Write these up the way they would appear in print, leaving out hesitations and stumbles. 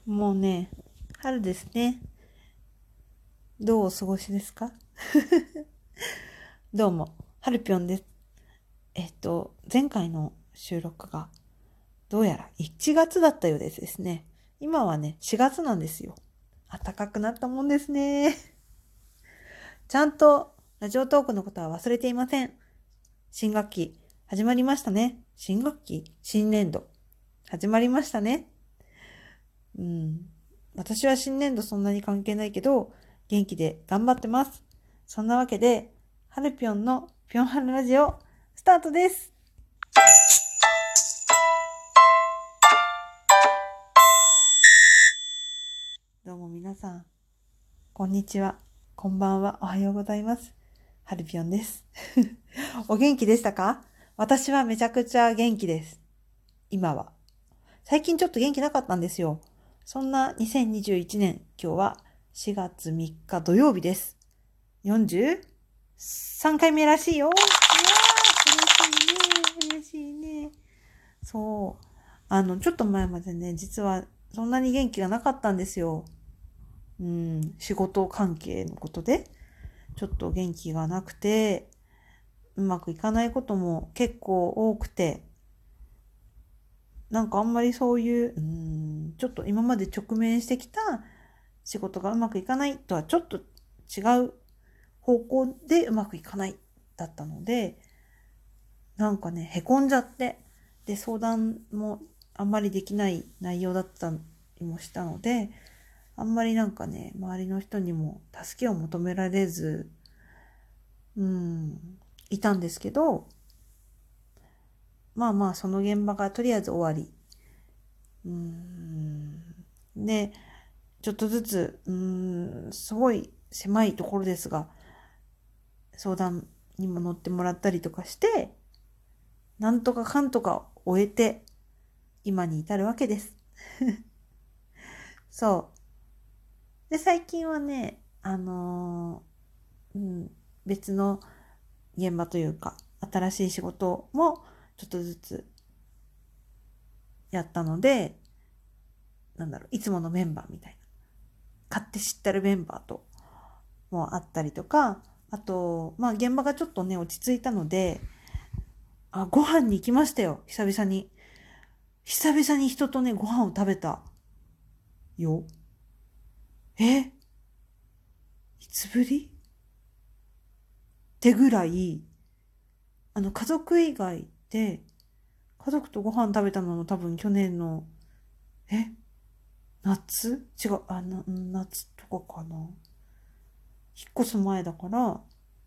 もうね、春ですね。どうお過ごしですか？どうも、はるぴょんです。前回の収録がどうやら1月だったようですね。今はね、4月なんですよ。暖かくなったもんですね。ちゃんとラジオトークのことは忘れていません。新学期始まりましたね。新年度始まりましたね。うん。私は新年度そんなに関係ないけど、元気で頑張ってます。そんなわけで、はるぴょんのぴょんはるラジオ、スタートです。どうも皆さん、こんにちは、こんばんは、おはようございます。はるぴょんです。お元気でしたか？私はめちゃくちゃ元気です。今は。最近ちょっと元気なかったんですよ。そんな2021年、今日は4月3日土曜日です。43回目らしいよ。いやー、嬉しいね。嬉しいね。そう。ちょっと前までね、実はそんなに元気がなかったんですよ。仕事関係のことで、ちょっと元気がなくて、うまくいかないことも結構多くて、なんかあんまりそういう、ちょっと今まで直面してきた仕事がうまくいかないとはちょっと違う方向でうまくいかないだったので、なんかね、へこんじゃって、で、相談もあんまりできない内容だったりもしたので、あんまりなんかね、周りの人にも助けを求められず、いたんですけど、まあまあ、その現場がとりあえず終わり。で、ちょっとずつ、すごい狭いところですが、相談にも乗ってもらったりとかして、なんとかかんとか終えて、今に至るわけです。そう。で、最近はね、別の現場というか、新しい仕事もちょっとずつやったので、いつものメンバーみたいな。買って知ってるメンバーともあったりとか、あと、まあ現場がちょっとね、落ち着いたので、ご飯に行きましたよ、久々に。久々に人とね、ご飯を食べたよ。え、いつぶりってぐらい、家族以外で、家族とご飯食べたのも多分去年の、え、夏違う、夏とかかな。引っ越す前だから、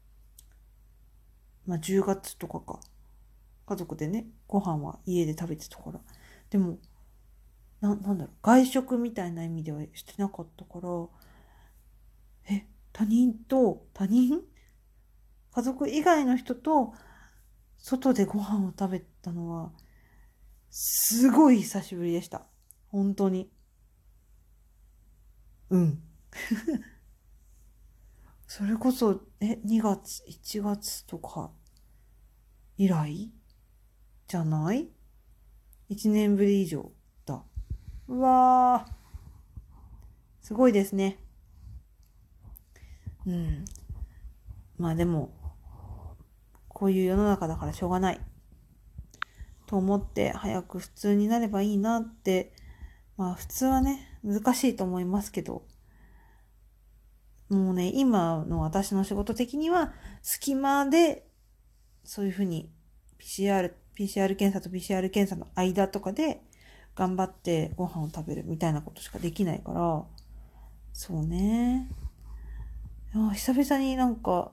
まあ10月とかか。家族でね、ご飯は家で食べてたから。でも、外食みたいな意味ではしてなかったから、他人家族以外の人と外でご飯を食べたのは、すごい久しぶりでした。本当に。うん。それこそ、2月、1月とか以来じゃない？ 1 年ぶり以上だ。うわー、すごいですね。うん。まあでも、こういう世の中だからしょうがない。と思って早く普通になればいいなって、まあ普通はね、難しいと思いますけど、もうね、今の私の仕事的には、隙間で、そういうふうに PCR 検査と PCR 検査の間とかで、頑張ってご飯を食べるみたいなことしかできないから、そうね。久々になんか、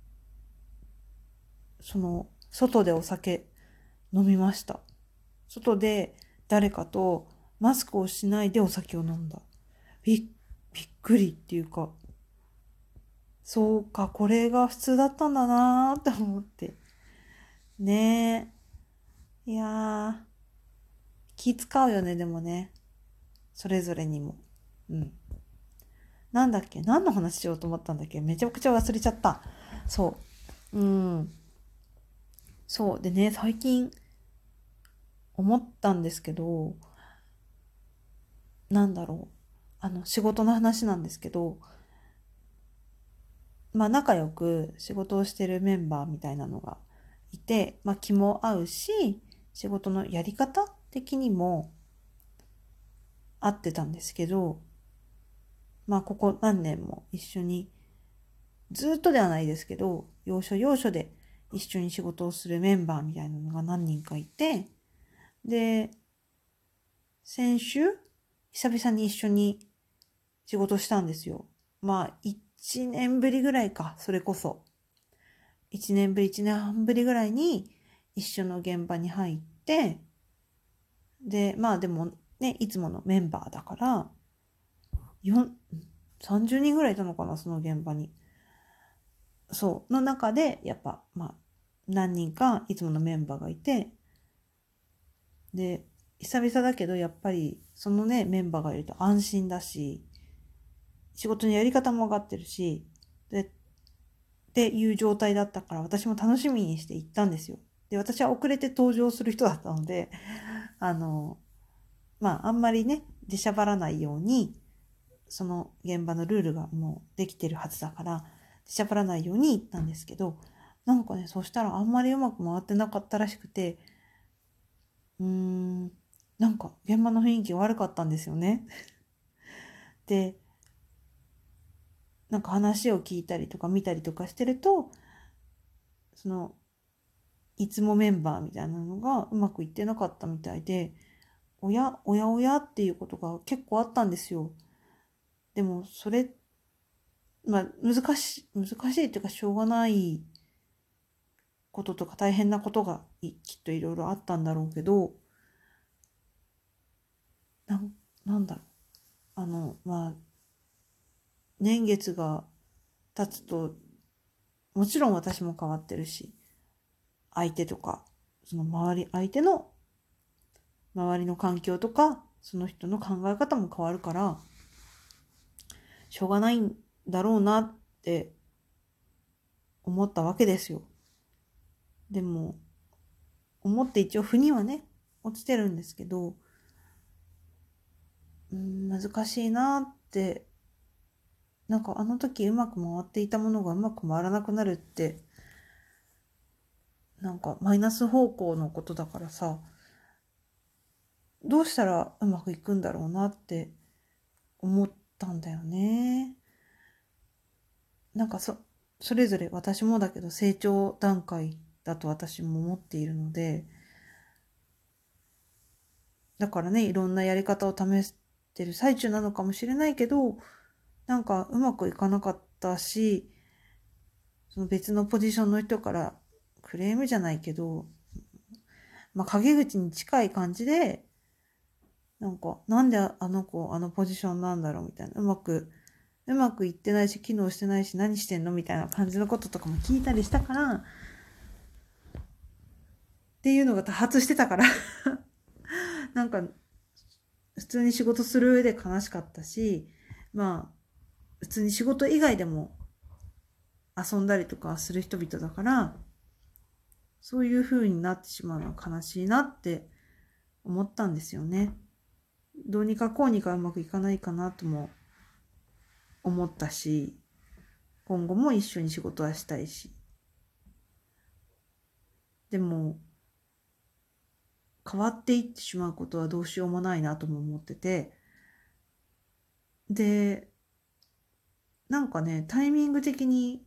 外でお酒飲みました。外で誰かとマスクをしないでお酒を飲んだ。びっくりっていうか、そうか、これが普通だったんだなーって思って。ねえ。いやー、気使うよね、でもね。それぞれにも。うん。なんだっけ、何の話しようと思ったんだっけ、めちゃくちゃ忘れちゃった。そう。そう。でね、最近思ったんですけど、 なんだろ仕事の話なんですけど、まあ仲良く仕事をしてるメンバーみたいなのがいて、まあ気も合うし、仕事のやり方的にも合ってたんですけど、まあここ何年も一緒に、ずっとではないですけど、要所要所で一緒に仕事をするメンバーみたいなのが何人かいて、で、先週、久々に一緒に仕事したんですよ。まあ、1年ぶりぐらいか、それこそ。1年ぶり、1年半ぶりぐらいに一緒の現場に入って、で、まあでもね、いつものメンバーだから、30人ぐらいいたのかな、その現場に。そう、の中で、やっぱ、まあ、何人かいつものメンバーがいて、で、久々だけど、やっぱり、そのね、メンバーがいると安心だし、仕事のやり方も分かってるし、で、っていう状態だったから私も楽しみにして行ったんですよ。で、私は遅れて登場する人だったので、あの、まあ、あんまりね、出しゃばらないように、その現場のルールがもうできてるはずだから、出しゃばらないように行ったんですけど、なんかね、そしたらあんまりうまく回ってなかったらしくて、なんか現場の雰囲気悪かったんですよね。で、なんか話を聞いたりとか見たりとかしてると、そのいつもメンバーみたいなのがうまくいってなかったみたいで、おやっていうことが結構あったんですよ。でもそれ、まあ難しいっていうかしょうがないこととか大変なことがきっといろいろあったんだろうけど、なん、なんだろう。まあ、年月が経つと、もちろん私も変わってるし、相手とか、その相手の周りの環境とか、その人の考え方も変わるから、しょうがないんだろうなって思ったわけですよ。でも、思って一応腑にはね、落ちてるんですけど、難しいなって、なんかあの時うまく回っていたものがうまく回らなくなるって、なんかマイナス方向のことだからさ、どうしたらうまくいくんだろうなって思ったんだよね。なんかそれぞれ私もだけど成長段階だと私も思っているので、だからね、いろんなやり方を試してる最中なのかもしれないけど、なんかうまくいかなかったし、その別のポジションの人からクレームじゃないけど、まあ陰口に近い感じで、なんか、なんであの子あのポジションなんだろうみたいな、うまくいってないし、機能してないし、何してんのみたいな感じのこととかも聞いたりしたから、っていうのが多発してたからなんか、普通に仕事する上で悲しかったし、まあ、普通に仕事以外でも遊んだりとかする人々だから、そういう風になってしまうのは悲しいなって思ったんですよね。どうにかこうにかうまくいかないかなとも思ったし、今後も一緒に仕事はしたいし。でも、変わっていってしまうことはどうしようもないなとも思ってて、で、なんかね、タイミング的に、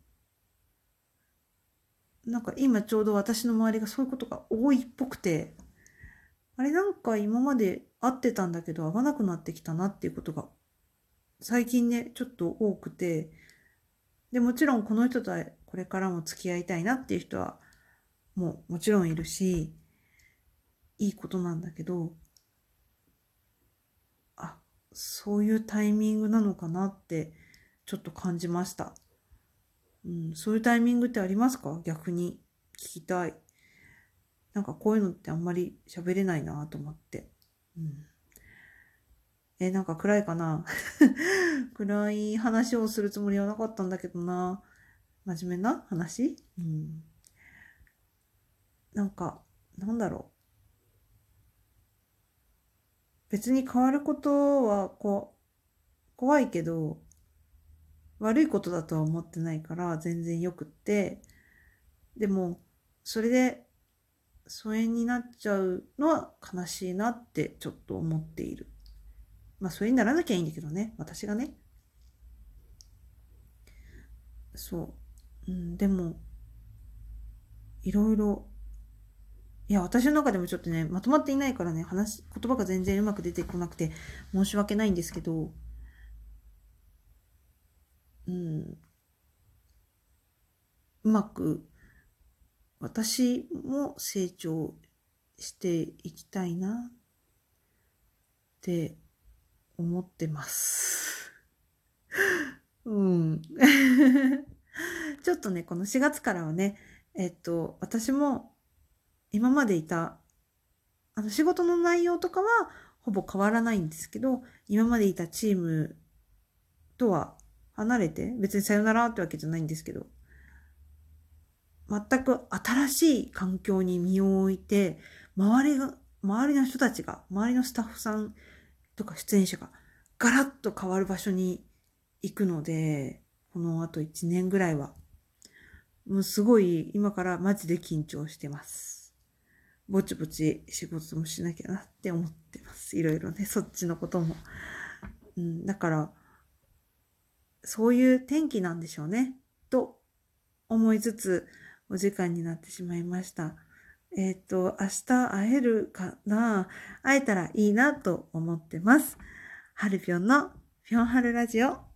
なんか今ちょうど私の周りがそういうことが多いっぽくて、あれなんか今まで会ってたんだけど会わなくなってきたなっていうことが最近ね、ちょっと多くて、で、もちろんこの人とはこれからも付き合いたいなっていう人はもちろんいるし、いいことなんだけど、あ、そういうタイミングなのかなってちょっと感じました。そういうタイミングってありますか？逆に聞きたい。なんかこういうのってあんまり喋れないなと思って。うん、なんか暗いかな暗い話をするつもりはなかったんだけどな。真面目な話、なんか、なんだろう。 別に変わることは怖いけど、悪いことだとは思ってないから全然よくって、でも、それで疎遠になっちゃうのは悲しいなってちょっと思っている。まあ、疎遠にならなきゃいいんだけどね、私がね。そう。でも、いろいろ、いや、私の中でもちょっとね、まとまっていないからね、言葉が全然うまく出てこなくて申し訳ないんですけど、うまく私も成長していきたいなって思ってます。ちょっとね、この4月からはね、私も今までいた、仕事の内容とかはほぼ変わらないんですけど、今までいたチームとは離れて、別にさよならってわけじゃないんですけど、全く新しい環境に身を置いて、周りの人たちが、周りのスタッフさんとか出演者がガラッと変わる場所に行くので、このあと1年ぐらいは。もうすごい今からマジで緊張してます。ぼちぼち仕事もしなきゃなって思ってます。いろいろね、そっちのことも。だから、そういう天気なんでしょうね。と思いつつ、お時間になってしまいました。明日会えるかな？会えたらいいなと思ってます。はるぴょんのぴょんはるラジオ。